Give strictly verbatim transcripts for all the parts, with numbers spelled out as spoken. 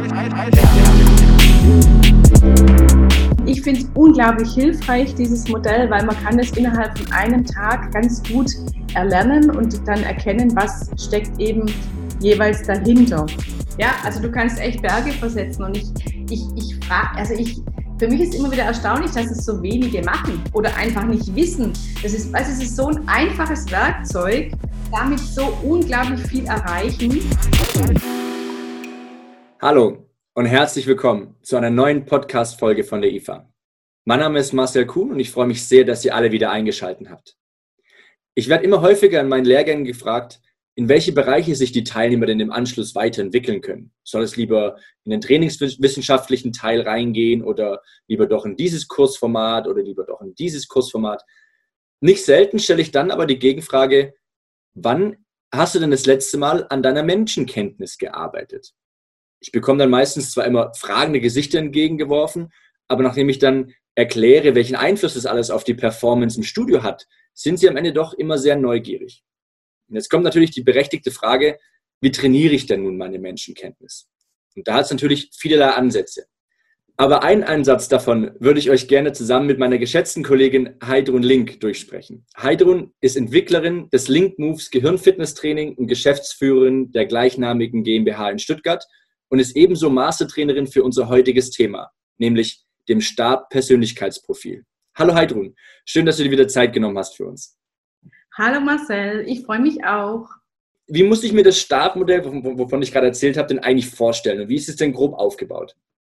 Ich finde es unglaublich hilfreich, dieses Modell, weil man kann es innerhalb von einem Tag ganz gut erlernen und dann erkennen, was steckt eben jeweils dahinter. Ja, also du kannst echt Berge versetzen und ich, ich, ich frage, also ich, für mich ist immer wieder erstaunlich, dass es so wenige machen oder einfach nicht wissen. Das ist, also es ist so ein einfaches Werkzeug, damit so unglaublich viel erreichen. Hallo und herzlich willkommen zu einer neuen Podcast-Folge von der I F A. Mein Name ist Marcel Kuhn und ich freue mich sehr, dass ihr alle wieder eingeschaltet habt. Ich werde immer häufiger in meinen Lehrgängen gefragt, in welche Bereiche sich die Teilnehmer denn im Anschluss weiterentwickeln können. Soll es lieber in den trainingswissenschaftlichen Teil reingehen oder lieber doch in dieses Kursformat oder lieber doch in dieses Kursformat? Nicht selten stelle ich dann aber die Gegenfrage, wann hast du denn das letzte Mal an deiner Menschenkenntnis gearbeitet? Ich bekomme dann meistens zwar immer fragende Gesichter entgegengeworfen, aber nachdem ich dann erkläre, welchen Einfluss das alles auf die Performance im Studio hat, sind sie am Ende doch immer sehr neugierig. Und jetzt kommt natürlich die berechtigte Frage, wie trainiere ich denn nun meine Menschenkenntnis? Und da hat es natürlich vielerlei Ansätze. Aber einen Ansatz davon würde ich euch gerne zusammen mit meiner geschätzten Kollegin Heidrun Link durchsprechen. Heidrun ist Entwicklerin des Link Moves Gehirnfitnesstraining und Geschäftsführerin der gleichnamigen GmbH in Stuttgart und ist ebenso Mastertrainerin für unser heutiges Thema, nämlich dem Stab-Persönlichkeitsprofil. Hallo Heidrun, schön, dass du dir wieder Zeit genommen hast für uns. Hallo Marcel, ich freue mich auch. Wie muss ich mir das Stab-Modell, wovon ich gerade erzählt habe, denn eigentlich vorstellen und wie ist es denn grob aufgebaut?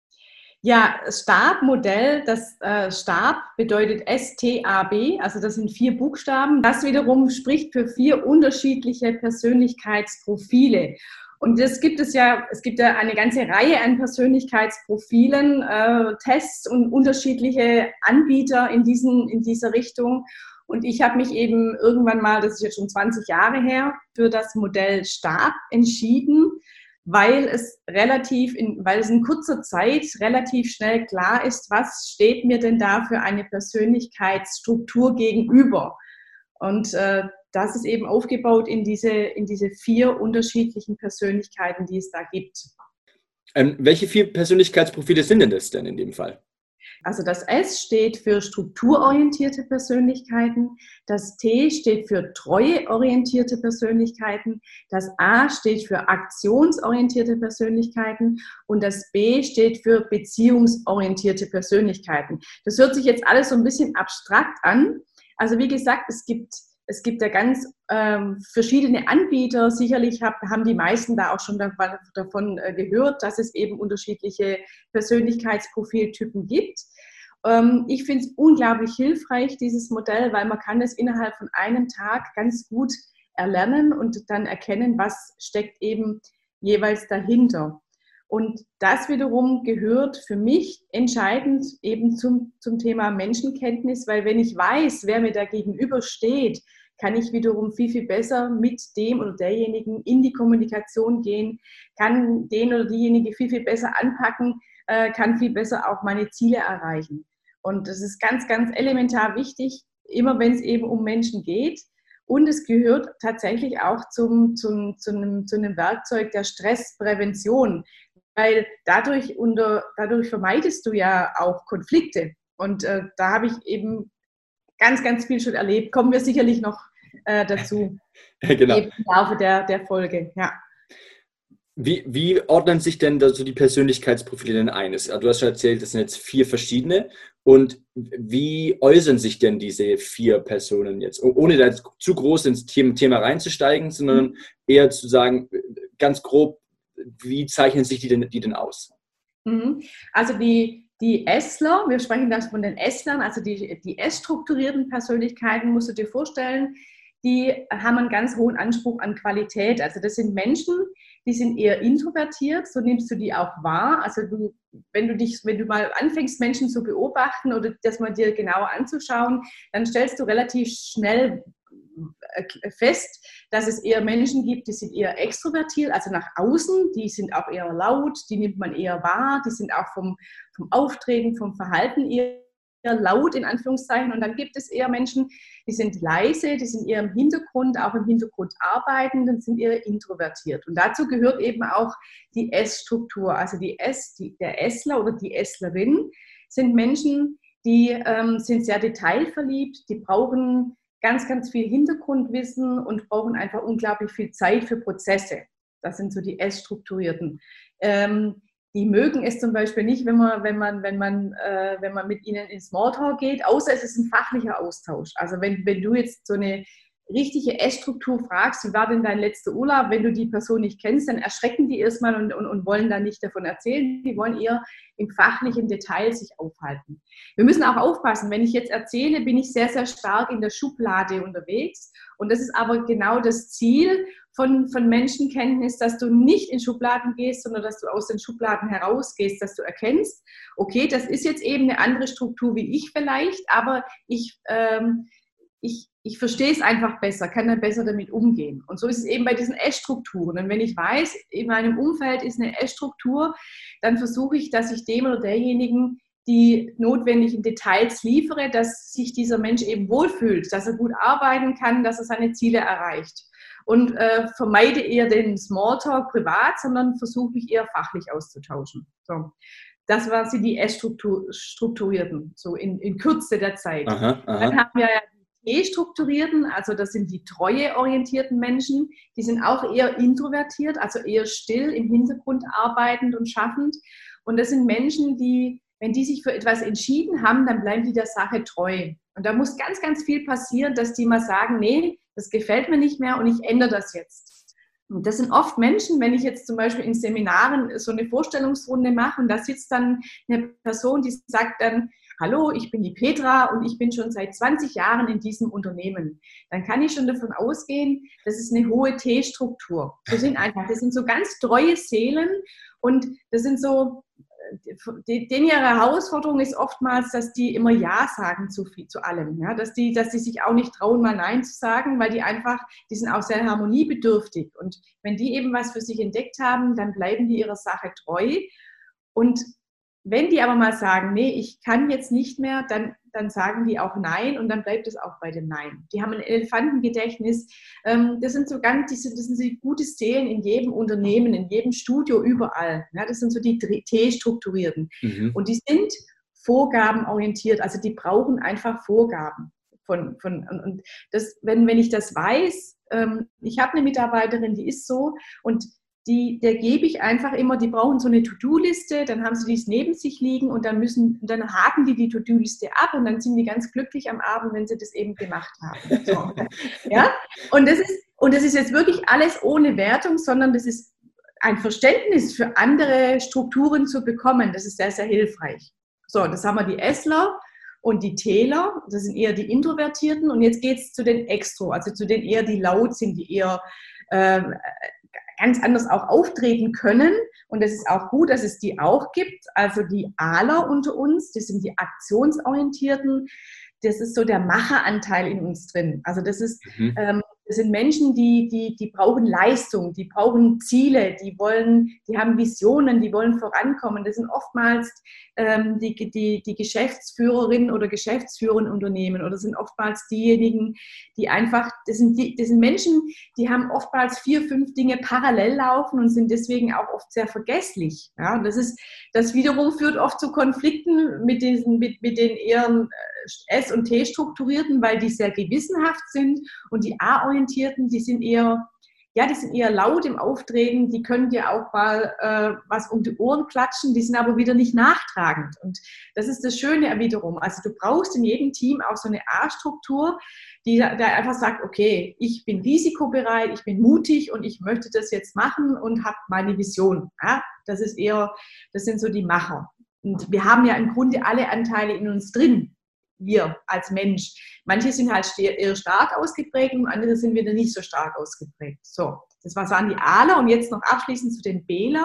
Ja, Stab-Modell, das äh, Stab bedeutet S T A B, also das sind vier Buchstaben. Das wiederum spricht für vier unterschiedliche Persönlichkeitsprofile. Und das gibt es ja, es gibt ja eine ganze Reihe an Persönlichkeitsprofilen, äh, Tests und unterschiedliche Anbieter in, diesen, in dieser Richtung. Und ich habe mich eben irgendwann mal, das ist jetzt schon zwanzig Jahre her, für das Modell Stab entschieden, weil es relativ, in, weil es in kurzer Zeit relativ schnell klar ist, was steht mir denn da für eine Persönlichkeitsstruktur gegenüber. Und äh, das ist eben aufgebaut in diese, in diese vier unterschiedlichen Persönlichkeiten, die es da gibt. Ähm, welche vier Persönlichkeitsprofile sind denn das denn in dem Fall? Also das S steht für strukturorientierte Persönlichkeiten, das T steht für treueorientierte Persönlichkeiten, das A steht für aktionsorientierte Persönlichkeiten und das B steht für beziehungsorientierte Persönlichkeiten. Das hört sich jetzt alles so ein bisschen abstrakt an. Also wie gesagt, es gibt Es gibt ja ganz ähm, verschiedene Anbieter. Sicherlich hab, haben die meisten da auch schon davon, davon äh, gehört, dass es eben unterschiedliche Persönlichkeitsprofiltypen gibt. Ähm, ich finde es unglaublich hilfreich, dieses Modell, weil man kann es innerhalb von einem Tag ganz gut erlernen und dann erkennen, was steckt eben jeweils dahinter. Und das wiederum gehört für mich entscheidend eben zum, zum Thema Menschenkenntnis, weil wenn ich weiß, wer mir da gegenüber steht, kann ich wiederum viel, viel besser mit dem oder derjenigen in die Kommunikation gehen, kann den oder diejenige viel, viel besser anpacken, äh, kann viel besser auch meine Ziele erreichen. Und das ist ganz, ganz elementar wichtig, immer wenn es eben um Menschen geht. Und es gehört tatsächlich auch zum, zum, zu, einem, zu einem Werkzeug der Stressprävention, weil dadurch, unter, dadurch vermeidest du ja auch Konflikte. Und äh, da habe ich eben ganz, ganz viel schon erlebt. Kommen wir sicherlich noch äh, dazu Genau. im Laufe der, der Folge. Ja. Wie, wie ordnen sich denn da so die Persönlichkeitsprofile denn ein? Du hast schon erzählt, das sind jetzt vier verschiedene. Und wie äußern sich denn diese vier Personen jetzt? Ohne da jetzt zu groß ins Thema reinzusteigen, sondern eher zu sagen, ganz grob, wie zeichnen sich die denn, die denn aus? Also die, die Esler, wir sprechen das von den Eslern, also die, die S-strukturierten Persönlichkeiten, musst du dir vorstellen, die haben einen ganz hohen Anspruch an Qualität. Also das sind Menschen, die sind eher introvertiert, so nimmst du die auch wahr. Also du, wenn du dich, wenn du mal anfängst, Menschen zu beobachten oder das mal dir genauer anzuschauen, dann stellst du relativ schnell fest, dass es eher Menschen gibt, die sind eher extrovertiert, also nach außen, die sind auch eher laut, die nimmt man eher wahr, die sind auch vom, vom Auftreten, vom Verhalten eher laut in Anführungszeichen, und dann gibt es eher Menschen, die sind leise, die sind eher im Hintergrund, auch im Hintergrund arbeiten, dann sind eher introvertiert. Und dazu gehört eben auch die S-Struktur. Also die S, die, der Esler oder die Eslerin sind Menschen, die ähm, sind sehr detailverliebt, die brauchen ganz, ganz viel Hintergrundwissen und brauchen einfach unglaublich viel Zeit für Prozesse. Das sind so die S-Strukturierten. Ähm, Die mögen es zum Beispiel nicht, wenn man, wenn man, wenn man, äh, wenn man mit ihnen in Smalltalk geht, außer es ist ein fachlicher Austausch. Also wenn, wenn du jetzt so eine richtige S-Struktur fragst, wie war denn dein letzter Urlaub, wenn du die Person nicht kennst, dann erschrecken die erstmal und, und, und wollen dann nicht davon erzählen. Die wollen eher im fachlichen Detail sich aufhalten. Wir müssen auch aufpassen, wenn ich jetzt erzähle, bin ich sehr, sehr stark in der Schublade unterwegs. Und das ist aber genau das Ziel von, von Menschenkenntnis, dass du nicht in Schubladen gehst, sondern dass du aus den Schubladen herausgehst, dass du erkennst, okay, das ist jetzt eben eine andere Struktur wie ich vielleicht, aber ich, ähm, ich, ich verstehe es einfach besser, kann dann besser damit umgehen. Und so ist es eben bei diesen S-Strukturen. Und wenn ich weiß, in meinem Umfeld ist eine S-Struktur, dann versuche ich, dass ich dem oder derjenigen die notwendigen Details liefere, dass sich dieser Mensch eben wohlfühlt, dass er gut arbeiten kann, dass er seine Ziele erreicht. Und äh, vermeide eher den Smalltalk privat, sondern versuche mich eher fachlich auszutauschen. So. Das waren sie die S-Strukturierten, so in, in Kürze der Zeit. Aha, aha. Dann haben wir ja die T-Strukturierten, also das sind die treueorientierten Menschen, die sind auch eher introvertiert, also eher still, im Hintergrund arbeitend und schaffend. Und das sind Menschen, die, wenn die sich für etwas entschieden haben, dann bleiben die der Sache treu. Und da muss ganz, ganz viel passieren, dass die mal sagen, nee, das gefällt mir nicht mehr und ich ändere das jetzt. Und das sind oft Menschen, wenn ich jetzt zum Beispiel in Seminaren so eine Vorstellungsrunde mache und da sitzt dann eine Person, die sagt dann, hallo, ich bin die Petra und ich bin schon seit zwanzig Jahren in diesem Unternehmen. Dann kann ich schon davon ausgehen, das ist eine hohe T-Struktur. So sind einfach, das sind so ganz treue Seelen und das sind so, denen ihre Herausforderung ist oftmals, dass die immer Ja sagen zu, viel, zu allem. Ja? Dass, die, dass die sich auch nicht trauen, mal Nein zu sagen, weil die einfach, die sind auch sehr harmoniebedürftig. Und wenn die eben was für sich entdeckt haben, dann bleiben die ihrer Sache treu. Und wenn die aber mal sagen, nee, ich kann jetzt nicht mehr, dann, dann sagen die auch Nein und dann bleibt es auch bei dem Nein. Die haben ein Elefantengedächtnis. Das sind so ganz, das sind so gute Seelen in jedem Unternehmen, in jedem Studio, überall. Das sind so die T-Strukturierten. Mhm. Und die sind vorgabenorientiert, also die brauchen einfach Vorgaben. Von, von, und das, wenn, wenn ich das weiß, ich habe eine Mitarbeiterin, die ist so und Die, der gebe ich einfach immer, die brauchen so eine To-Do-Liste, dann haben sie dies neben sich liegen und dann müssen, dann haken die die To-Do-Liste ab und dann sind die ganz glücklich am Abend, wenn sie das eben gemacht haben. So. Ja? Und das ist, und das ist jetzt wirklich alles ohne Wertung, sondern das ist ein Verständnis für andere Strukturen zu bekommen. Das ist sehr, sehr hilfreich. So, das haben wir die Esler und die Täler, das sind eher die Introvertierten und jetzt geht es zu den Extro, also zu denen eher die laut sind, die eher äh, ganz anders auch auftreten können. Und es ist auch gut, dass es die auch gibt. Also die Aler unter uns, das sind die Aktionsorientierten. Das ist so der Macheranteil in uns drin. Also das ist, mhm. ähm, das sind Menschen, die, die, die brauchen Leistung, die brauchen Ziele, die wollen, die haben Visionen, die wollen vorankommen. Das sind oftmals ähm, die, die, die Geschäftsführerinnen oder Geschäftsführer in Unternehmen oder sind oftmals diejenigen, die einfach, das sind, die, das sind Menschen, die haben oftmals vier, fünf Dinge parallel laufen und sind deswegen auch oft sehr vergesslich. Ja, und das ist, das wiederum führt oft zu Konflikten mit diesen, mit, mit den eher S- und T-Strukturierten, weil die sehr gewissenhaft sind und die A-Orientierten, die sind eher, ja, die sind eher laut im Auftreten, die können dir auch mal äh, was um die Ohren klatschen, die sind aber wieder nicht nachtragend. Und das ist das Schöne wiederum. Also du brauchst in jedem Team auch so eine A-Struktur, die da einfach sagt, okay, ich bin risikobereit, ich bin mutig und ich möchte das jetzt machen und habe meine Vision. Ja, das ist eher, das sind so die Macher. Und wir haben ja im Grunde alle Anteile in uns drin. Wir als Mensch. Manche sind halt eher stark ausgeprägt und andere sind wieder nicht so stark ausgeprägt. So, das waren die Aler und jetzt noch abschließend zu den Bälern.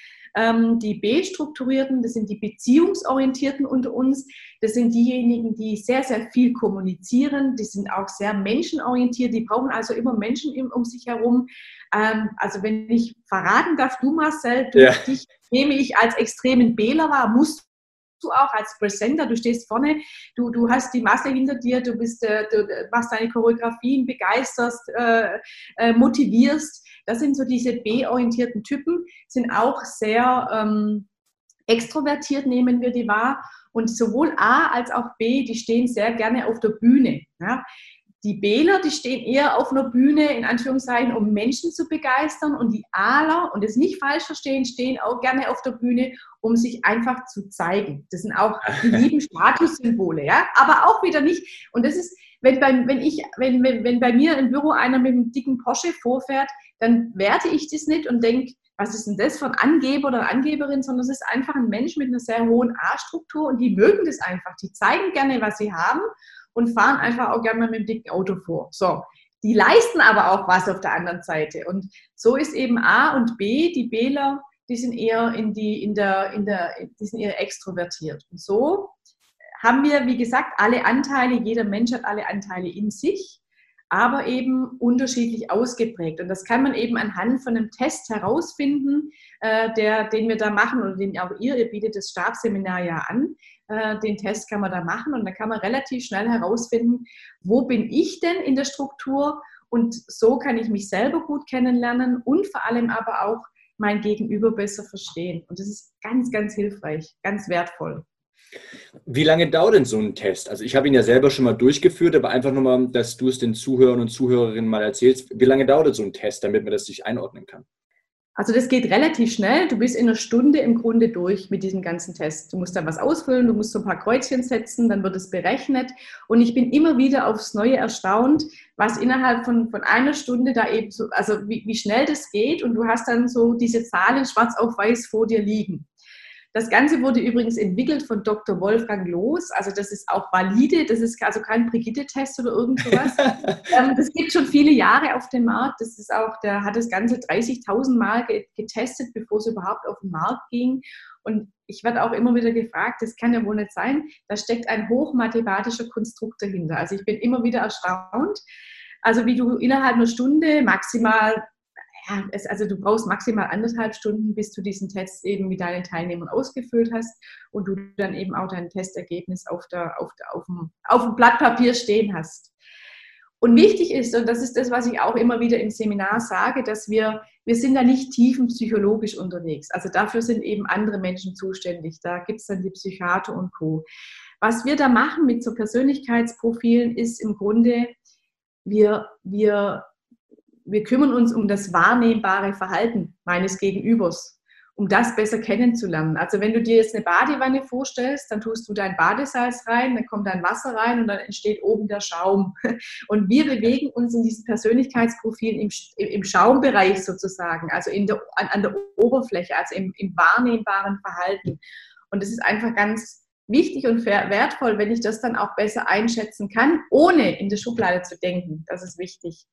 Ähm, die B-Strukturierten, das sind die Beziehungsorientierten unter uns. Das sind diejenigen, die sehr, sehr viel kommunizieren. Die sind auch sehr menschenorientiert. Die brauchen also immer Menschen um sich herum. Ähm, also wenn ich verraten darf, du Marcel, du, ja. dich nehme ich als extremen Bäler wahr, musst du auch als Presenter, du stehst vorne, du, du hast die Masse hinter dir, du, bist, äh, du machst deine Choreografien, begeisterst, äh, äh, motivierst. Das sind so diese B-orientierten Typen, sind auch sehr ähm, extrovertiert, nehmen wir die wahr. Und sowohl A als auch B, die stehen sehr gerne auf der Bühne. Ja. Die Bler, die stehen eher auf einer Bühne, in Anführungszeichen, um Menschen zu begeistern. Und die Aler, und das nicht falsch verstehen, stehen auch gerne auf der Bühne, um sich einfach zu zeigen. Das sind auch die lieben Statussymbole, ja, aber auch wieder nicht. Und das ist, wenn bei, wenn ich, wenn, wenn, wenn bei mir im Büro einer mit einem dicken Porsche vorfährt, dann werte ich das nicht und denke, was ist denn das für ein Angeber oder Angeberin, sondern es ist einfach ein Mensch mit einer sehr hohen A-Struktur und die mögen das einfach. Die zeigen gerne, was sie haben und fahren einfach auch gerne mal mit dem dicken Auto vor. So, die leisten aber auch was auf der anderen Seite. Und so ist eben A und B, die Bler, die sind eher in die, in der, in der, die sind eher extrovertiert. Und so haben wir, wie gesagt, alle Anteile, jeder Mensch hat alle Anteile in sich, aber eben unterschiedlich ausgeprägt. Und das kann man eben anhand von einem Test herausfinden, äh, der, den wir da machen oder den auch ihr, ihr bietet das Stabsseminar ja an. Äh, den Test kann man da machen und dann kann man relativ schnell herausfinden, wo bin ich denn in der Struktur, und so kann ich mich selber gut kennenlernen und vor allem aber auch mein Gegenüber besser verstehen. Und das ist ganz, ganz hilfreich, ganz wertvoll. Wie lange dauert denn so ein Test? Also ich habe ihn ja selber schon mal durchgeführt, aber einfach nur mal, dass du es den Zuhörern und Zuhörerinnen mal erzählst. Wie lange dauert so ein Test, damit man das sich einordnen kann? Also das geht relativ schnell. Du bist in einer Stunde im Grunde durch mit diesem ganzen Test. Du musst dann was ausfüllen, du musst so ein paar Kreuzchen setzen, dann wird es berechnet. Und ich bin immer wieder aufs Neue erstaunt, was innerhalb von, von einer Stunde da eben so, also wie, wie schnell das geht. Und du hast dann so diese Zahlen schwarz auf weiß vor dir liegen. Das Ganze wurde übrigens entwickelt von Doktor Wolfgang Loos, also das ist auch valide, das ist also kein Brigitte-Test oder irgend sowas. ähm, das gibt schon viele Jahre auf dem Markt, das ist auch, der hat das Ganze dreißigtausend Mal getestet, bevor es überhaupt auf den Markt ging. Und ich werde auch immer wieder gefragt, das kann ja wohl nicht sein, da steckt ein hochmathematischer Konstrukt dahinter. Also ich bin immer wieder erstaunt, also wie du innerhalb einer Stunde maximal, ja, es, also du brauchst maximal anderthalb Stunden, bis du diesen Test eben mit deinen Teilnehmern ausgefüllt hast und du dann eben auch dein Testergebnis auf, der, auf, der, auf, dem, auf dem Blatt Papier stehen hast. Und wichtig ist, und das ist das, was ich auch immer wieder im Seminar sage, dass wir, wir sind da nicht tiefenpsychologisch unterwegs. Also dafür sind eben andere Menschen zuständig. Da gibt es dann die Psychiater und Co. Was wir da machen mit so Persönlichkeitsprofilen ist im Grunde, wir, wir Wir kümmern uns um das wahrnehmbare Verhalten meines Gegenübers, um das besser kennenzulernen. Also wenn du dir jetzt eine Badewanne vorstellst, dann tust du dein Badesalz rein, dann kommt dein Wasser rein und dann entsteht oben der Schaum. Und wir bewegen uns in diesen Persönlichkeitsprofilen im, im Schaumbereich sozusagen, also in der, an, an der Oberfläche, also im, im wahrnehmbaren Verhalten. Und das ist einfach ganz wichtig und wertvoll, wenn ich das dann auch besser einschätzen kann, ohne in der Schublade zu denken. Das ist wichtig.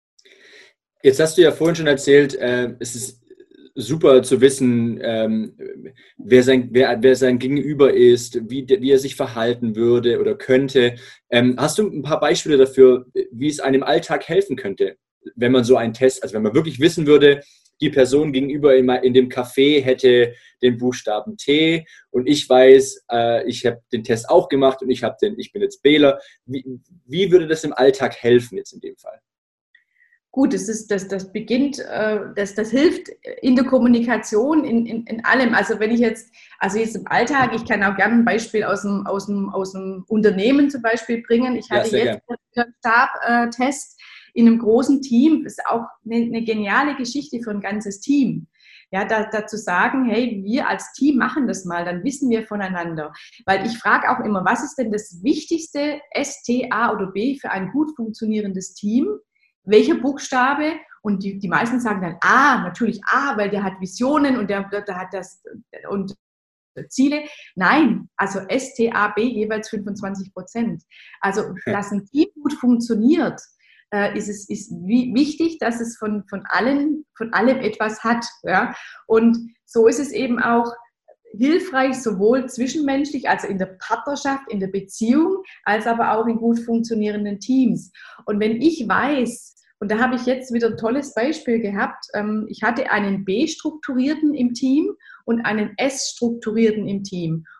Jetzt hast du ja vorhin schon erzählt, äh, es ist super zu wissen, ähm, wer, sein, wer, wer sein Gegenüber ist, wie, wie er sich verhalten würde oder könnte. Ähm, hast du ein paar Beispiele dafür, wie es einem im Alltag helfen könnte, wenn man so einen Test, also wenn man wirklich wissen würde, die Person gegenüber in, in dem Café hätte den Buchstaben T und ich weiß, äh, ich habe den Test auch gemacht und ich, hab den, ich bin jetzt Bler. Wie, wie würde das im Alltag helfen jetzt in dem Fall? Gut, das, ist, das, das beginnt, das, das hilft in der Kommunikation, in, in, in allem. Also wenn ich jetzt, also jetzt im Alltag, ich kann auch gerne ein Beispiel aus dem, aus dem, aus dem Unternehmen zum Beispiel bringen. Ich hatte ja, jetzt einen Stabtest in einem großen Team. Das ist auch eine, eine geniale Geschichte für ein ganzes Team. Ja, da, dazu sagen, hey, wir als Team machen das mal, dann wissen wir voneinander. Weil ich frage auch immer, was ist denn das wichtigste S, T, A oder B für ein gut funktionierendes Team? Welcher Buchstabe? Und die, die meisten sagen dann A, natürlich A, weil der hat Visionen und der, der hat das und Ziele. Nein, also S, T, A, B jeweils fünfundzwanzig Prozent. Also, dass ein Team gut funktioniert, äh, ist es ist wie, wichtig, dass es von, von, allen, von allem etwas hat. Ja? Und so ist es eben auch hilfreich, sowohl zwischenmenschlich, also in der Partnerschaft, in der Beziehung, als aber auch in gut funktionierenden Teams. Und wenn ich weiß, und da habe ich jetzt wieder ein tolles Beispiel gehabt, ich hatte einen B-Strukturierten im Team und einen S-Strukturierten im Team.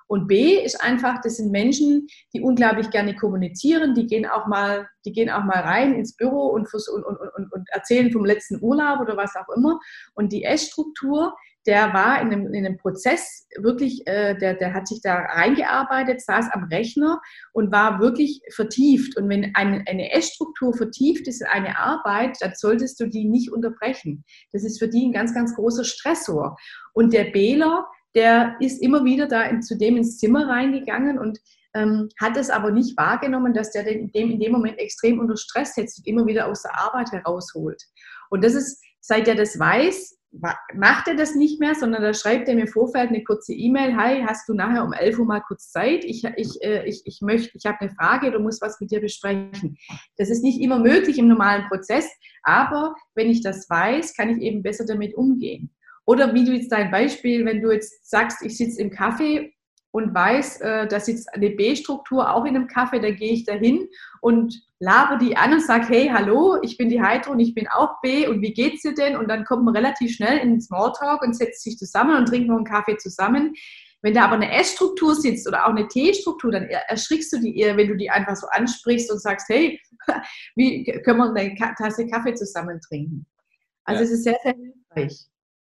Und B ist einfach, das sind Menschen, die unglaublich gerne kommunizieren, die gehen auch mal, die gehen auch mal rein ins Büro und, und, und, und, und erzählen vom letzten Urlaub oder was auch immer. Und die S-Struktur, der war in einem, in einem Prozess wirklich, äh, der, der hat sich da reingearbeitet, saß am Rechner und war wirklich vertieft. Und wenn eine, eine S-Struktur vertieft ist in eine Arbeit, dann solltest du die nicht unterbrechen. Das ist für die ein ganz, ganz großer Stressor. Und der Bler, der ist immer wieder da in, zu dem ins Zimmer reingegangen und ähm, hat es aber nicht wahrgenommen, dass der den, dem in dem Moment extrem unter Stress setzt und immer wieder aus der Arbeit herausholt. Und das ist, seit er das weiß, macht er das nicht mehr, sondern da schreibt er mir im Vorfeld eine kurze E-Mail: Hi, hast du nachher um elf Uhr mal kurz Zeit? Ich, ich, ich, ich möchte, ich habe eine Frage, du musst was mit dir besprechen. Das ist nicht immer möglich im normalen Prozess, aber wenn ich das weiß, kann ich eben besser damit umgehen. Oder wie du jetzt dein Beispiel, wenn du jetzt sagst, ich sitze im Café und weiß, äh, da sitzt eine B-Struktur auch in einem Café, dann gehe ich da hin und laber die an und sage: Hey, hallo, ich bin die Heidrun, ich bin auch B und wie geht's dir denn? Und dann kommt man relativ schnell in den Smalltalk und setzt sich zusammen und trinkt noch einen Kaffee zusammen. Wenn da aber eine S-Struktur sitzt oder auch eine T-Struktur, dann erschrickst du die eher, wenn du die einfach so ansprichst und sagst: Hey, wie können wir eine Tasse Kaffee zusammen trinken? Also es ist sehr, sehr hilfreich.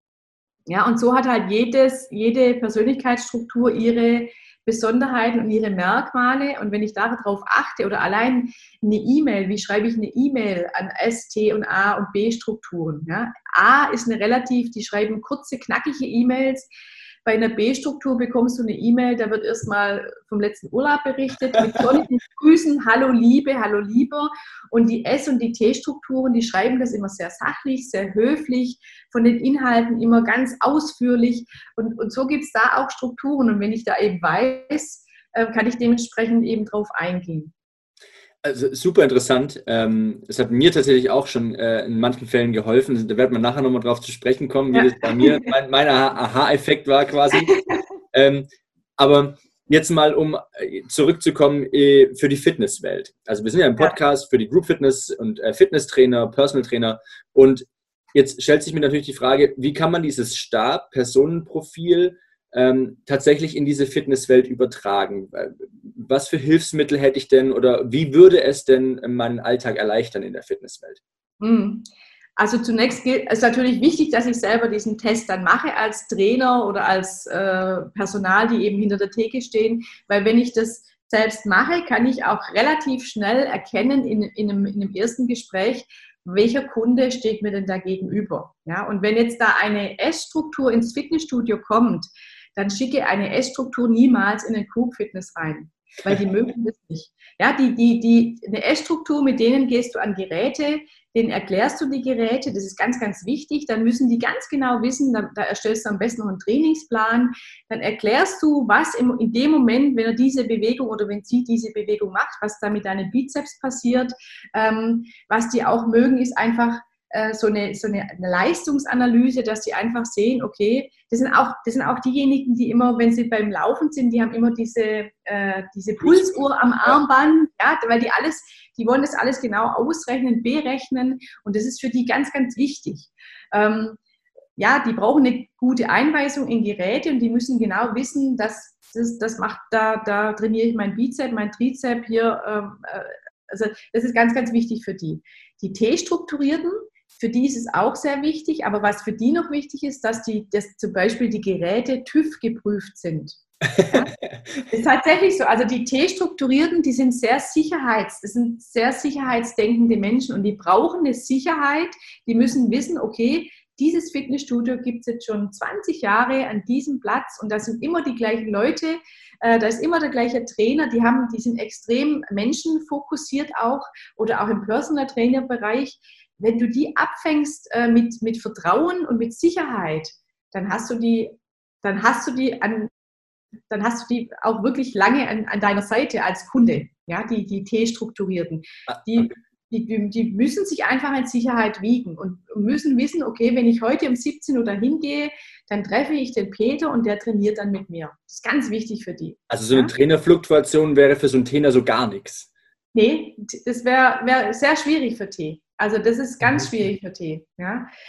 Ja, und so hat halt jedes, jede Persönlichkeitsstruktur ihre Besonderheiten und ihre Merkmale. Und wenn ich darauf achte oder allein eine E-Mail, wie schreibe ich eine E-Mail an S, T und A und B-Strukturen? Ja? A ist eine relativ, die schreiben kurze, knackige E-Mails. Bei einer B-Struktur bekommst du eine E-Mail, da wird erstmal vom letzten Urlaub berichtet, mit sonnigen Grüßen, hallo Liebe, hallo Lieber. Und die S- und die T-Strukturen, die schreiben das immer sehr sachlich, sehr höflich, von den Inhalten immer ganz ausführlich. Und, und so gibt es da auch Strukturen. Und wenn ich da eben weiß, kann ich dementsprechend eben drauf eingehen. Also super interessant. Ähm, es hat mir tatsächlich auch schon äh, in manchen Fällen geholfen. Da wird man nachher nochmal drauf zu sprechen kommen, wie ja. das bei mir, mein, mein Aha-Effekt war quasi. ähm, aber jetzt mal, um zurückzukommen äh, für die Fitnesswelt. Also wir sind ja im Podcast für die Group Fitness und äh, Fitnesstrainer, Personal Trainer. Und jetzt stellt sich mir natürlich die Frage, wie kann man dieses Stab-Personenprofil Ähm, tatsächlich in diese Fitnesswelt übertragen? Was für Hilfsmittel hätte ich denn oder wie würde es denn meinen Alltag erleichtern in der Fitnesswelt? Also zunächst ist natürlich wichtig, dass ich selber diesen Test dann mache als Trainer oder als äh, Personal, die eben hinter der Theke stehen, weil wenn ich das selbst mache, kann ich auch relativ schnell erkennen in, in, einem, in einem ersten Gespräch, welcher Kunde steht mir denn da gegenüber. Ja? Und wenn jetzt da eine S-Struktur ins Fitnessstudio kommt, dann schicke eine S-Struktur niemals in den Group Fitness rein, weil die mögen das nicht. Ja, die, die, die, eine S-Struktur, mit denen gehst du an Geräte, denen erklärst du die Geräte, das ist ganz, ganz wichtig, dann müssen die ganz genau wissen, da, da erstellst du am besten noch einen Trainingsplan, dann erklärst du, was im, in dem Moment, wenn er diese Bewegung oder wenn sie diese Bewegung macht, was da mit deinem Bizeps passiert. Ähm, was die auch mögen, ist einfach so eine, so eine Leistungsanalyse, dass die einfach sehen, okay, das sind auch, das sind auch diejenigen, die immer, wenn sie beim Laufen sind, die haben immer diese, äh, diese Pulsuhr am Armband, ja, weil die alles, die wollen das alles genau ausrechnen, berechnen und das ist für die ganz, ganz wichtig. Ähm, ja, die brauchen eine gute Einweisung in Geräte und die müssen genau wissen, dass das, das macht, da, da trainiere ich mein Bizep, mein Trizep hier, ähm, äh, also das ist ganz, ganz wichtig für die. Die T-Strukturierten, für die ist es auch sehr wichtig, aber was für die noch wichtig ist, dass, die, dass zum Beispiel die Geräte TÜV geprüft sind. Ja? Das ist tatsächlich so. Also die T-Strukturierten, die sind sehr sicherheits, das sind sehr sicherheitsdenkende Menschen und die brauchen eine Sicherheit. Die müssen wissen, okay, dieses Fitnessstudio gibt es jetzt schon zwanzig Jahre an diesem Platz und da sind immer die gleichen Leute, äh, da ist immer der gleiche Trainer, die, haben, die sind extrem menschenfokussiert auch oder auch im Personal Trainer Bereich. Wenn du die abfängst äh, mit, mit Vertrauen und mit Sicherheit, dann hast du die, dann hast du die an, dann hast du die auch wirklich lange an, an deiner Seite als Kunde, ja, die, die T-Strukturierten. Die, die, die müssen sich einfach in Sicherheit wiegen und müssen wissen, okay, wenn ich heute um siebzehn Uhr dahin gehe, dann treffe ich den Peter und der trainiert dann mit mir. Das ist ganz wichtig für die. Also so eine ja? Trainerfluktuation wäre für so einen Trainer so gar nichts. Nee, das wäre wär sehr schwierig für T. Also das ist ganz schwierig für T. Ja?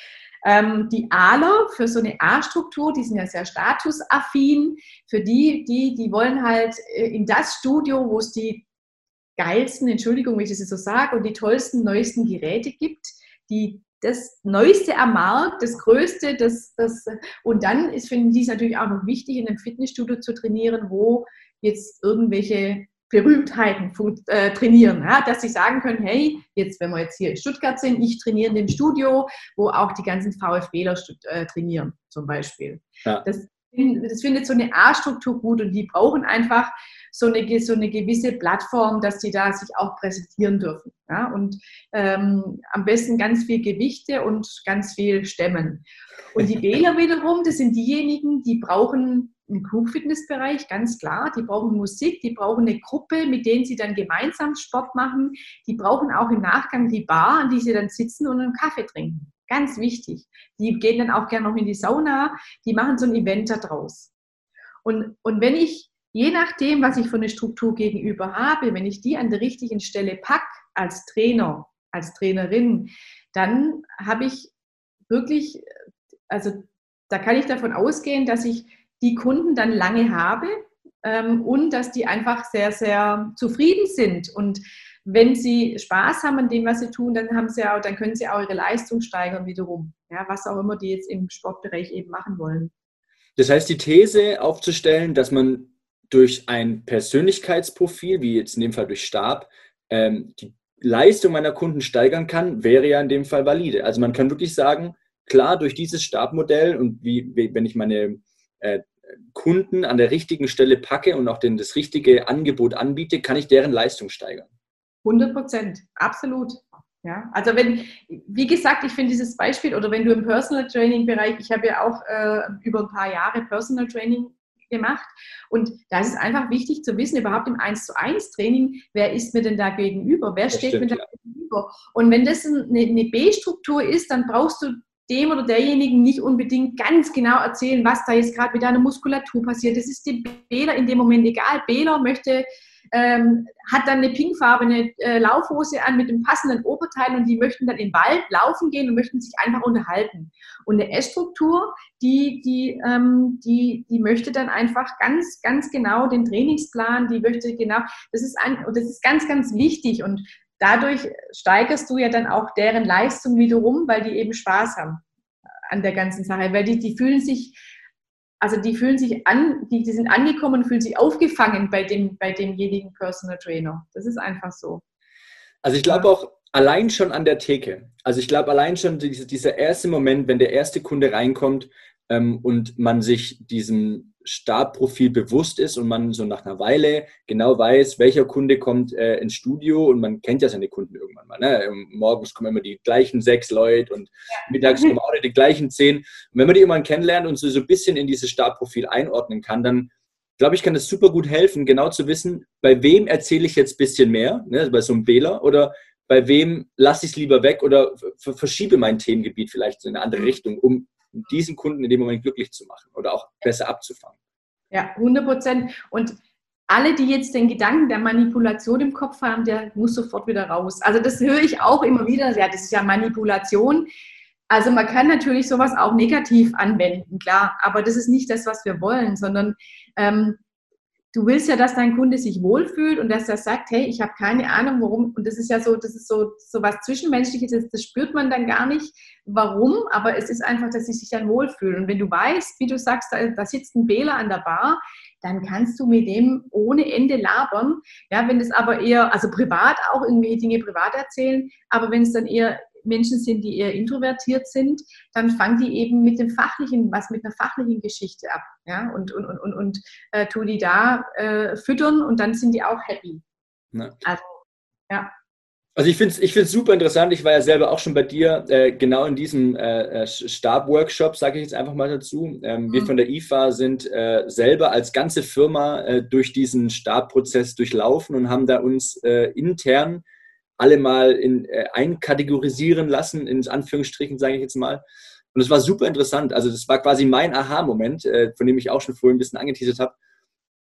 Ähm, die Aler für so eine A-Struktur, die sind ja sehr statusaffin. Für die, die, die wollen halt in das Studio, wo es die geilsten, Entschuldigung, wenn ich das jetzt so sage, und die tollsten, neuesten Geräte gibt, die das Neueste am Markt, das Größte, das, das, und dann ist, finden die es natürlich auch noch wichtig, in einem Fitnessstudio zu trainieren, wo jetzt irgendwelche Berühmtheiten äh, trainieren, ja, dass sie sagen können, hey, jetzt, wenn wir jetzt hier in Stuttgart sind, ich trainiere in dem Studio, wo auch die ganzen VfBler äh, trainieren, zum Beispiel. Ja. Das, das findet so eine A-Struktur gut und die brauchen einfach so eine, so eine gewisse Plattform, dass die da sich auch präsentieren dürfen. Ja? Und ähm, am besten ganz viel Gewichte und ganz viel Stemmen. Und die Bler wiederum, das sind diejenigen, die brauchen einen Group-Fitness-Bereich, ganz klar. Die brauchen Musik, die brauchen eine Gruppe, mit denen sie dann gemeinsam Sport machen. Die brauchen auch im Nachgang die Bar, an die sie dann sitzen und einen Kaffee trinken. Ganz wichtig. Die gehen dann auch gerne noch in die Sauna. Die machen so ein Event da draus. Und, und wenn ich, je nachdem, was ich für eine Struktur gegenüber habe, wenn ich die an der richtigen Stelle packe, als Trainer, als Trainerin, dann habe ich wirklich, also da kann ich davon ausgehen, dass ich die Kunden dann lange habe ähm, und dass die einfach sehr, sehr zufrieden sind. Und wenn sie Spaß haben an dem, was sie tun, dann haben sie auch, dann können sie auch ihre Leistung steigern wiederum. Ja, was auch immer die jetzt im Sportbereich eben machen wollen. Das heißt, die These aufzustellen, dass man durch ein Persönlichkeitsprofil, wie jetzt in dem Fall durch Stab, ähm, die Leistung meiner Kunden steigern kann, wäre ja in dem Fall valide. Also man kann wirklich sagen, klar, durch dieses Stabmodell und wie, wie wenn ich meine äh, Kunden an der richtigen Stelle packe und auch den, das richtige Angebot anbiete, kann ich deren Leistung steigern. hundert Prozent, absolut. Ja, also wenn, wie gesagt, ich finde dieses Beispiel, oder wenn du im Personal Training Bereich, ich habe ja auch äh, über ein paar Jahre Personal Training gemacht und da ist es einfach wichtig zu wissen, überhaupt im eins zu eins Training, wer ist mir denn da gegenüber, wer das steht stimmt, mir da ja. gegenüber, und wenn das eine, eine B-Struktur ist, dann brauchst du dem oder derjenigen nicht unbedingt ganz genau erzählen, was da jetzt gerade mit deiner Muskulatur passiert. Das ist dem Bela in dem Moment egal. Bela möchte Ähm, hat dann eine pinkfarbene äh, Laufhose an mit dem passenden Oberteil und die möchten dann im Wald laufen gehen und möchten sich einfach unterhalten. Und eine S-Struktur, die, die, ähm, die, die möchte dann einfach ganz, ganz genau den Trainingsplan, die möchte genau, das ist, ein, und das ist ganz, ganz wichtig und dadurch steigerst du ja dann auch deren Leistung wiederum, weil die eben Spaß haben an der ganzen Sache, weil die, die fühlen sich Also die fühlen sich an, die, die sind angekommen und fühlen sich aufgefangen bei, dem, bei demjenigen Personal Trainer. Das ist einfach so. Also ich glaube auch allein schon an der Theke. Also ich glaube allein schon diese, dieser erste Moment, wenn der erste Kunde reinkommt ähm, und man sich diesem Stabprofil bewusst ist und man so nach einer Weile genau weiß, welcher Kunde kommt äh, ins Studio, und man kennt ja seine Kunden irgendwann mal. Ne? Morgens kommen immer die gleichen sechs Leute und mittags kommen auch die gleichen zehn. Und wenn man die irgendwann kennenlernt und so, so ein bisschen in dieses Stabprofil einordnen kann, dann glaube ich, kann das super gut helfen, genau zu wissen, bei wem erzähle ich jetzt ein bisschen mehr, ne? Bei so einem Bela, oder bei wem lasse ich es lieber weg oder verschiebe mein Themengebiet vielleicht in eine andere Richtung, um diesen Kunden in dem Moment glücklich zu machen oder auch besser abzufangen. Ja, hundert Prozent. Und alle, die jetzt den Gedanken der Manipulation im Kopf haben, der muss sofort wieder raus. Also das höre ich auch immer wieder. Ja, das ist ja Manipulation. Also man kann natürlich sowas auch negativ anwenden, klar. Aber das ist nicht das, was wir wollen, sondern ähm, du willst ja, dass dein Kunde sich wohlfühlt und dass er sagt, hey, ich habe keine Ahnung, warum. Und das ist ja so, das ist so, so was Zwischenmenschliches, das, das spürt man dann gar nicht, warum. Aber es ist einfach, dass sie sich dann wohlfühlen. Und wenn du weißt, wie du sagst, da, da sitzt ein Bela an der Bar, dann kannst du mit dem ohne Ende labern. Ja, wenn es aber eher, also privat auch irgendwelche Dinge privat erzählen, aber wenn es dann eher Menschen sind, die eher introvertiert sind, dann fangen die eben mit dem fachlichen, was mit einer fachlichen Geschichte ab, ja, und, und, und, und, und äh, tu die da äh, füttern und dann sind die auch happy. Ja. Also, ja. Also ich finde es ich find's super interessant. Ich war ja selber auch schon bei dir äh, genau in diesem äh, Stab-Workshop, sage ich jetzt einfach mal dazu. Ähm, mhm. Wir von der I F A sind äh, selber als ganze Firma äh, durch diesen Stabprozess durchlaufen und haben da uns äh, intern alle mal in, äh, einkategorisieren lassen, in Anführungsstrichen, sage ich jetzt mal. Und es war super interessant. Also das war quasi mein Aha-Moment, äh, von dem ich auch schon vorhin ein bisschen angeteasert habe.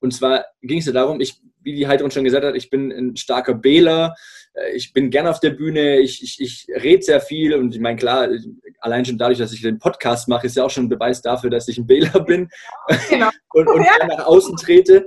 Und zwar ging es ja darum, ich, wie die Heidrun schon gesagt hat, ich bin ein starker Bähler, ich bin gern auf der Bühne, ich, ich, ich rede sehr viel und ich meine, klar, allein schon dadurch, dass ich den Podcast mache, ist ja auch schon ein Beweis dafür, dass ich ein Bähler bin genau. und, und ja. nach außen trete.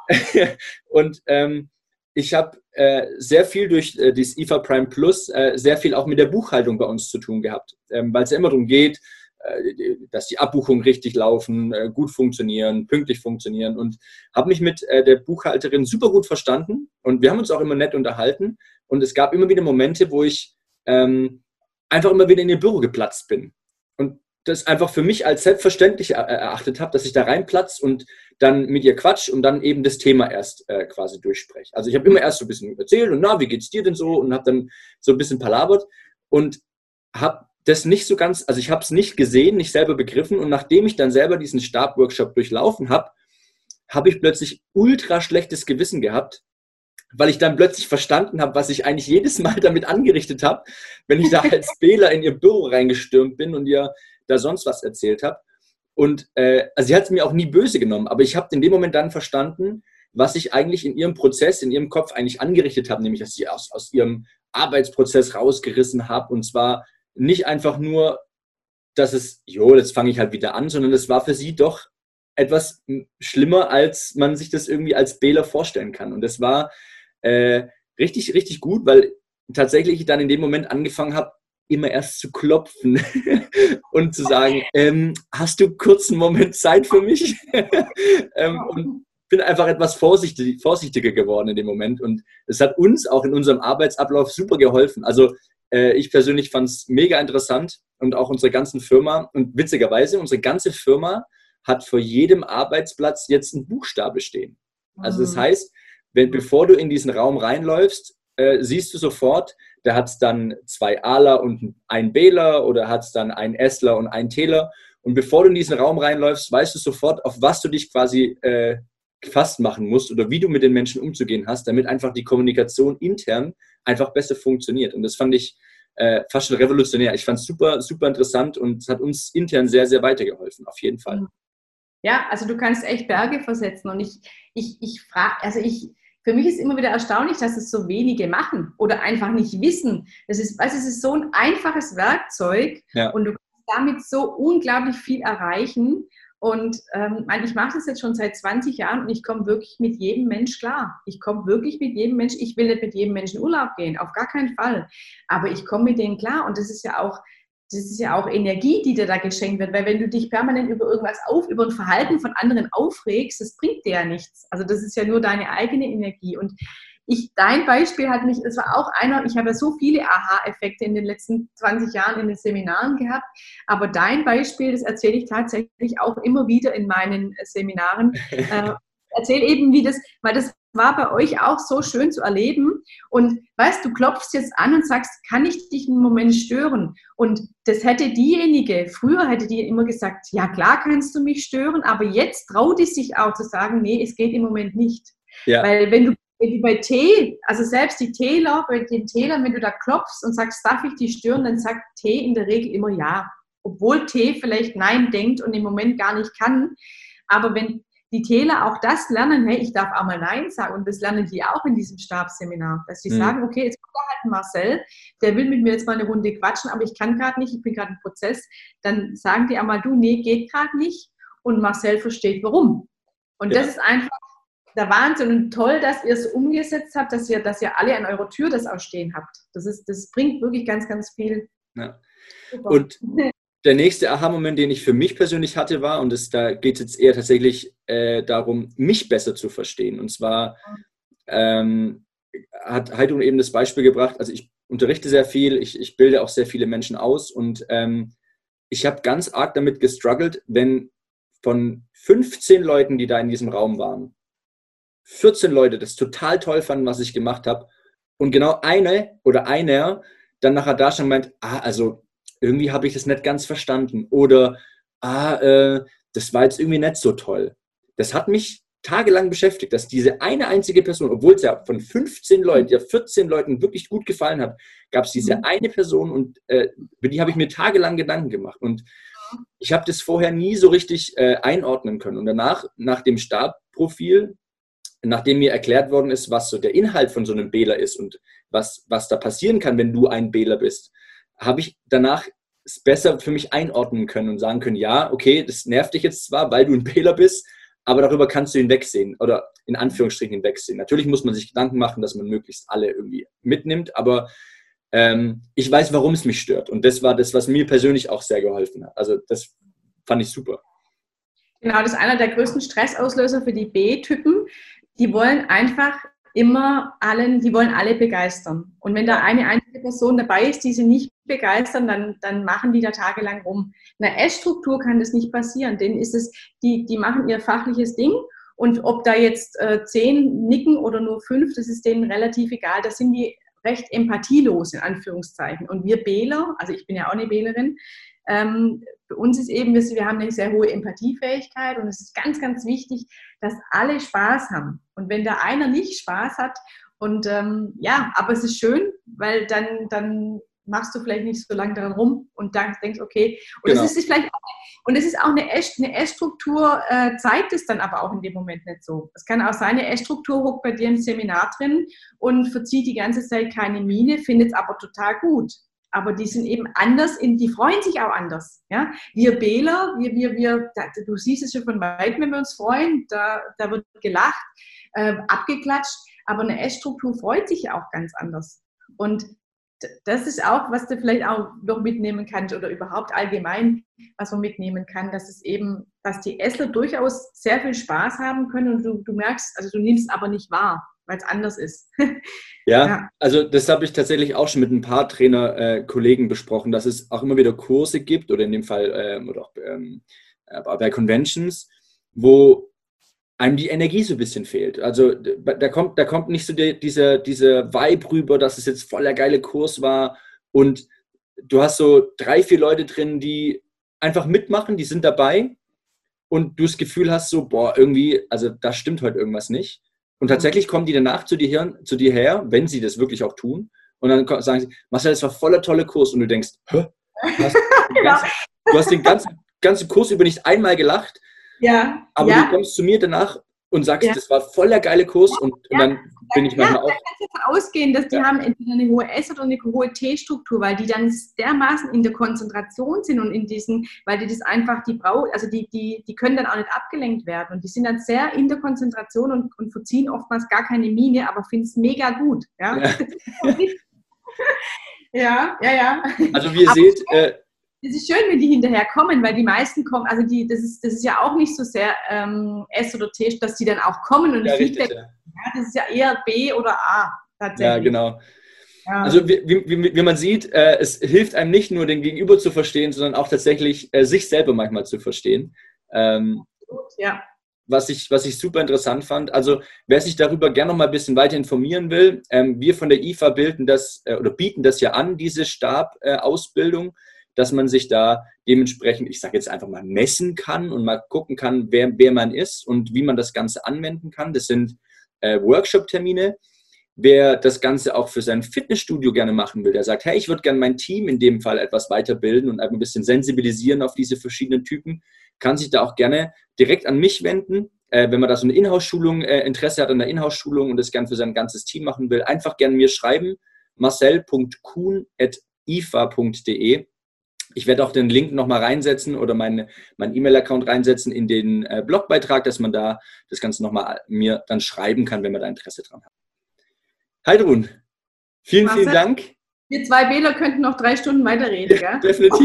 Und ähm, ich habe äh, sehr viel durch äh, dieses I F A Prime Plus, äh, sehr viel auch mit der Buchhaltung bei uns zu tun gehabt, ähm, weil es ja immer darum geht, äh, dass die Abbuchungen richtig laufen, äh, gut funktionieren, pünktlich funktionieren und habe mich mit äh, der Buchhalterin super gut verstanden und wir haben uns auch immer nett unterhalten und es gab immer wieder Momente, wo ich ähm, einfach immer wieder in ihr Büro geplatzt bin und das einfach für mich als selbstverständlich erachtet habe, dass ich da reinplatze und dann mit ihr quatsch und dann eben das Thema erst äh, quasi durchspreche. Also ich habe immer erst so ein bisschen erzählt und na, wie geht's dir denn so? Und habe dann so ein bisschen palabert und habe das nicht so ganz, also ich habe es nicht gesehen, nicht selber begriffen und nachdem ich dann selber diesen Stabworkshop durchlaufen habe, habe ich plötzlich ultra schlechtes Gewissen gehabt, weil ich dann plötzlich verstanden habe, was ich eigentlich jedes Mal damit angerichtet habe, wenn ich da als Bähler in ihr Büro reingestürmt bin und ihr da sonst was erzählt habe. Und äh, also sie hat es mir auch nie böse genommen, aber ich habe in dem Moment dann verstanden, was ich eigentlich in ihrem Prozess, in ihrem Kopf eigentlich angerichtet habe, nämlich, dass ich sie aus, aus ihrem Arbeitsprozess rausgerissen habe und zwar nicht einfach nur, dass es, jo, jetzt fange ich halt wieder an, sondern es war für sie doch etwas schlimmer, als man sich das irgendwie als Bähler vorstellen kann. Und das war äh, richtig, richtig gut, weil tatsächlich ich dann in dem Moment angefangen habe, immer erst zu klopfen und zu sagen, ähm, hast du kurz einen Moment Zeit für mich? ähm, und bin einfach etwas vorsichtig, vorsichtiger geworden in dem Moment und es hat uns auch in unserem Arbeitsablauf super geholfen. Also äh, ich persönlich fand es mega interessant und auch unsere ganzen Firma und witzigerweise, unsere ganze Firma hat vor jedem Arbeitsplatz jetzt einen Buchstabe stehen. Also das heißt, wenn, bevor du in diesen Raum reinläufst, äh, siehst du sofort, da hat es dann zwei Aler und ein Bler oder hat es dann ein Esler und ein Teler. Und bevor du in diesen Raum reinläufst, weißt du sofort, auf was du dich quasi äh, gefasst machen musst oder wie du mit den Menschen umzugehen hast, damit einfach die Kommunikation intern einfach besser funktioniert. Und das fand ich äh, fast schon revolutionär. Ich fand es super, super interessant und es hat uns intern sehr, sehr weitergeholfen, auf jeden Fall. Ja, also du kannst echt Berge versetzen und ich, ich, ich frage, also ich, für mich ist immer wieder erstaunlich, dass es so wenige machen oder einfach nicht wissen. Das ist, also es ist so ein einfaches Werkzeug ja. Und du kannst damit so unglaublich viel erreichen. Und ähm, ich mache das jetzt schon seit zwanzig Jahren und ich komme wirklich mit jedem Mensch klar. Ich komme wirklich mit jedem Menschen. Ich will nicht mit jedem Menschen in Urlaub gehen, auf gar keinen Fall. Aber ich komme mit denen klar und das ist ja auch Das ist ja auch Energie, die dir da geschenkt wird, weil wenn du dich permanent über irgendwas auf, über ein Verhalten von anderen aufregst, das bringt dir ja nichts. Also das ist ja nur deine eigene Energie. Und ich, dein Beispiel hat mich, es war auch einer, ich habe ja so viele Aha-Effekte in den letzten zwanzig Jahren in den Seminaren gehabt, aber dein Beispiel, das erzähle ich tatsächlich auch immer wieder in meinen Seminaren. Äh, erzähl eben, wie das, weil das war bei euch auch so schön zu erleben. Und weißt du, klopfst jetzt an und sagst, kann ich dich einen Moment stören? Und das hätte diejenige, früher hätte die immer gesagt, ja klar kannst du mich stören, aber jetzt traut die sich auch zu sagen, nee, es geht im Moment nicht. Ja. Weil wenn du, wenn du bei Tee, also selbst die Teeler, bei den Teelern, wenn du da klopfst und sagst, darf ich dich stören, dann sagt Tee in der Regel immer ja. Obwohl Tee vielleicht Nein denkt und im Moment gar nicht kann. Aber wenn die Teler auch das lernen, hey, ich darf auch mal Nein sagen und das lernen die auch in diesem Stabsseminar, dass sie mhm. sagen, okay, jetzt kommt da halt ein Marcel, der will mit mir jetzt mal eine Runde quatschen, aber ich kann gerade nicht, ich bin gerade im Prozess, dann sagen die einmal, du, nee, geht gerade nicht und Marcel versteht, warum. Und ja. Das ist einfach der Wahnsinn und toll, dass ihr es umgesetzt habt, dass ihr, dass ihr alle an eurer Tür das auch stehen habt. Das, ist, das bringt wirklich ganz, ganz viel. Ja. Und der nächste Aha-Moment, den ich für mich persönlich hatte, war, und das, da geht es jetzt eher tatsächlich äh, darum, mich besser zu verstehen. Und zwar ähm, hat Heidrun eben das Beispiel gebracht, also ich unterrichte sehr viel, ich, ich bilde auch sehr viele Menschen aus und ähm, ich habe ganz arg damit gestruggelt, wenn von fünfzehn Leuten, die da in diesem Raum waren, vierzehn Leute das total toll fanden, was ich gemacht habe und genau eine oder einer dann nachher da schon meint, ah, also irgendwie habe ich das nicht ganz verstanden oder ah, äh, das war jetzt irgendwie nicht so toll. Das hat mich tagelang beschäftigt, dass diese eine einzige Person, obwohl es ja von fünfzehn Leuten, ja vierzehn Leuten wirklich gut gefallen hat, gab es diese eine Person und äh, über die habe ich mir tagelang Gedanken gemacht und ich habe das vorher nie so richtig äh, einordnen können und danach, nach dem Stabprofil, nachdem mir erklärt worden ist, was so der Inhalt von so einem Bähler ist und was, was da passieren kann, wenn du ein Bähler bist, habe ich danach es besser für mich einordnen können und sagen können, ja, okay, das nervt dich jetzt zwar, weil du ein Bähler bist, aber darüber kannst du hinwegsehen oder in Anführungsstrichen hinwegsehen. Natürlich muss man sich Gedanken machen, dass man möglichst alle irgendwie mitnimmt, aber ähm, ich weiß, warum es mich stört. Und das war das, was mir persönlich auch sehr geholfen hat. Also das fand ich super. Genau, das ist einer der größten Stressauslöser für die B-Typen. Die wollen einfach immer allen, die wollen alle begeistern. Und wenn da eine einzige Person dabei ist, die sie nicht begeistern, dann, dann machen die da tagelang rum. In einer S-Struktur kann das nicht passieren, denen ist es, die, die machen ihr fachliches Ding und ob da jetzt äh, zehn nicken oder nur fünf, das ist denen relativ egal, das sind die recht empathielos in Anführungszeichen. Und wir Bähler, also ich bin ja auch eine Bählerin, ähm, für uns ist eben, wir haben eine sehr hohe Empathiefähigkeit und es ist ganz, ganz wichtig, dass alle Spaß haben. Und wenn da einer nicht Spaß hat und ähm, ja, aber es ist schön, weil dann, dann machst du vielleicht nicht so lange daran rum und dann denkst, okay, und genau. es ist vielleicht auch, und es ist auch eine S-Struktur, äh, zeigt es dann aber auch in dem Moment nicht so. Es kann auch sein, eine S-Struktur hockt bei dir im Seminar drin und verzieht die ganze Zeit keine Miene, findet es aber total gut. Aber die sind eben anders, in, die freuen sich auch anders. Ja? Wir Bähler, wir, wir, wir, da, du siehst es schon von weitem, wenn wir uns freuen, da, da wird gelacht, äh, abgeklatscht, aber eine S-Struktur freut sich auch ganz anders. Und das ist auch, was du vielleicht auch noch mitnehmen kannst oder überhaupt allgemein, was man mitnehmen kann, dass es eben, dass die Essler durchaus sehr viel Spaß haben können und du, du merkst, also du nimmst aber nicht wahr, weil es anders ist. Ja, ja, also das habe ich tatsächlich auch schon mit ein paar Trainer-Kollegen äh, besprochen, dass es auch immer wieder Kurse gibt oder in dem Fall ähm, oder auch ähm, bei Conventions, wo einem die Energie so ein bisschen fehlt. Also da kommt, da kommt nicht so die, diese, diese Vibe rüber, dass es jetzt voll der geile Kurs war und du hast so drei, vier Leute drin, die einfach mitmachen, die sind dabei und du das Gefühl hast so, boah, irgendwie, also da stimmt heute irgendwas nicht. Und tatsächlich kommen die danach zu dir, her, zu dir her, wenn sie das wirklich auch tun und dann sagen sie, Marcel, das war voller toller Kurs und du denkst, hä? Du hast den ganzen, du hast den ganzen, ganzen Kurs über nicht einmal gelacht. Ja, aber ja. Du kommst zu mir danach und sagst, ja. Das war voll der geile Kurs ja, und, und ja. dann bin ich manchmal ja, auch... Ja, da kannst du davon ausgehen, dass die ja. haben entweder eine hohe S- oder eine hohe T-Struktur, weil die dann dermaßen in der Konzentration sind und in diesen, weil die das einfach, die brauchen, also die, die, die können dann auch nicht abgelenkt werden und die sind dann sehr in der Konzentration und, und verziehen oftmals gar keine Miene, aber finden es mega gut. Ja, ja, ja, ja, ja. Also wie ihr aber seht... Äh, Es ist schön, wenn die hinterher kommen, weil die meisten kommen, also die, das ist, das ist ja auch nicht so sehr ähm, S oder T, dass die dann auch kommen und ja, Feedback. Richtig, ja. Ja, das ist ja eher B oder A tatsächlich. Ja, genau. Ja. Also wie, wie, wie man sieht, äh, es hilft einem nicht nur, den Gegenüber zu verstehen, sondern auch tatsächlich äh, sich selber manchmal zu verstehen. Ähm, ja. Was ich, was ich super interessant fand. Also wer sich darüber gerne noch mal ein bisschen weiter informieren will, ähm, wir von der I F A bilden das äh, oder bieten das ja an, diese Stab-Ausbildung. Äh, dass man sich da dementsprechend, ich sage jetzt einfach mal, messen kann und mal gucken kann, wer, wer man ist und wie man das Ganze anwenden kann. Das sind äh, Workshop-Termine. Wer das Ganze auch für sein Fitnessstudio gerne machen will, der sagt, hey, ich würde gerne mein Team in dem Fall etwas weiterbilden und ein bisschen sensibilisieren auf diese verschiedenen Typen, kann sich da auch gerne direkt an mich wenden. Äh, wenn man da so eine Inhouse-Schulung, äh, Interesse hat an der Inhouse-Schulung und das gerne für sein ganzes Team machen will, einfach gerne mir schreiben, marcel punkt kuhn at i f a punkt d e. Ich werde auch den Link nochmal reinsetzen oder meinen mein E-Mail-Account reinsetzen in den äh, Blogbeitrag, dass man da das Ganze nochmal mir dann schreiben kann, wenn man da Interesse dran hat. Heidrun, vielen, Marcel, vielen Dank. Wir zwei Wähler könnten noch drei Stunden weiterreden, ja, gell? Definitiv.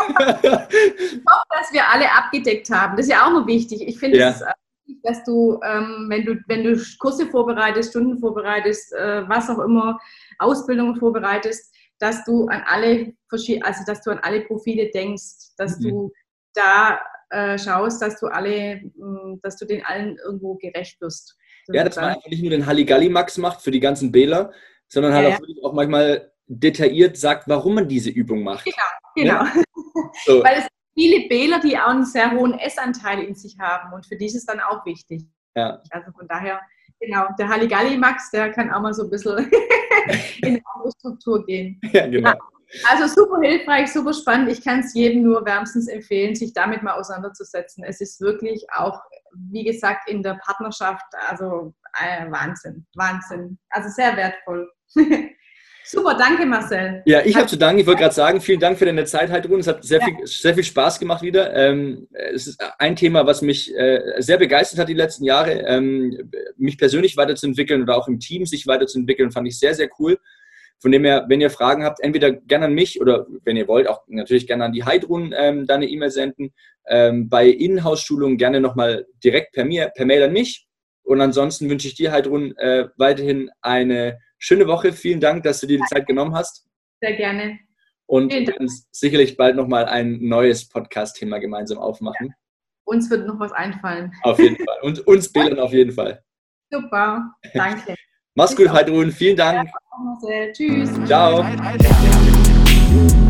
Ich hoffe, dass wir alle abgedeckt haben. Das ist ja auch noch wichtig. Ich finde, ja. es ist wichtig, dass du, ähm, wenn du, wenn du Kurse vorbereitest, Stunden vorbereitest, äh, was auch immer, Ausbildungen vorbereitest, dass du an alle also dass du an alle Profile denkst, dass mhm. du da äh, schaust, dass du alle, mh, dass du den allen irgendwo gerecht wirst. Ja, dass man einfach nicht nur den Halligalli-Max macht für die ganzen Bähler, sondern halt ja, auch, ja. auch manchmal detailliert sagt, warum man diese Übung macht. Genau, genau. Ja? So. Weil es viele Bähler, die auch einen sehr hohen S-Anteil in sich haben und für die ist es dann auch wichtig. Ja. Also von daher, genau, der Halligalli-Max, der kann auch mal so ein bisschen in eine andere Struktur gehen. Ja, genau. Ja, also super hilfreich, super spannend. Ich kann es jedem nur wärmstens empfehlen, sich damit mal auseinanderzusetzen. Es ist wirklich auch, wie gesagt, in der Partnerschaft, also äh, Wahnsinn, Wahnsinn. Also sehr wertvoll. Super, danke Marcel. Ja, ich habe zu danken. Ich wollte gerade sagen, vielen Dank für deine Zeit, Heidrun. Es hat sehr, ja. viel, sehr viel Spaß gemacht wieder. Ähm, es ist ein Thema, was mich äh, sehr begeistert hat die letzten Jahre. Ähm, mich persönlich weiterzuentwickeln oder auch im Team sich weiterzuentwickeln, fand ich sehr, sehr cool. Von dem her, wenn ihr Fragen habt, entweder gerne an mich oder wenn ihr wollt, auch natürlich gerne an die Heidrun ähm, da eine E-Mail senden. Ähm, bei Inhouse-Schulungen gerne nochmal direkt per, mir, per Mail an mich. Und ansonsten wünsche ich dir, Heidrun, äh, weiterhin eine schöne Woche. Vielen Dank, dass du dir die Zeit genommen hast. Sehr gerne. Und wir werden sicherlich bald nochmal ein neues Podcast-Thema gemeinsam aufmachen. Ja. Uns wird noch was einfallen. Auf jeden Fall. Und uns Bildern auf jeden Fall. Super. Danke. Mach's gut, Heidrun. Vielen Dank. Ja, Marcel. Tschüss. Ciao.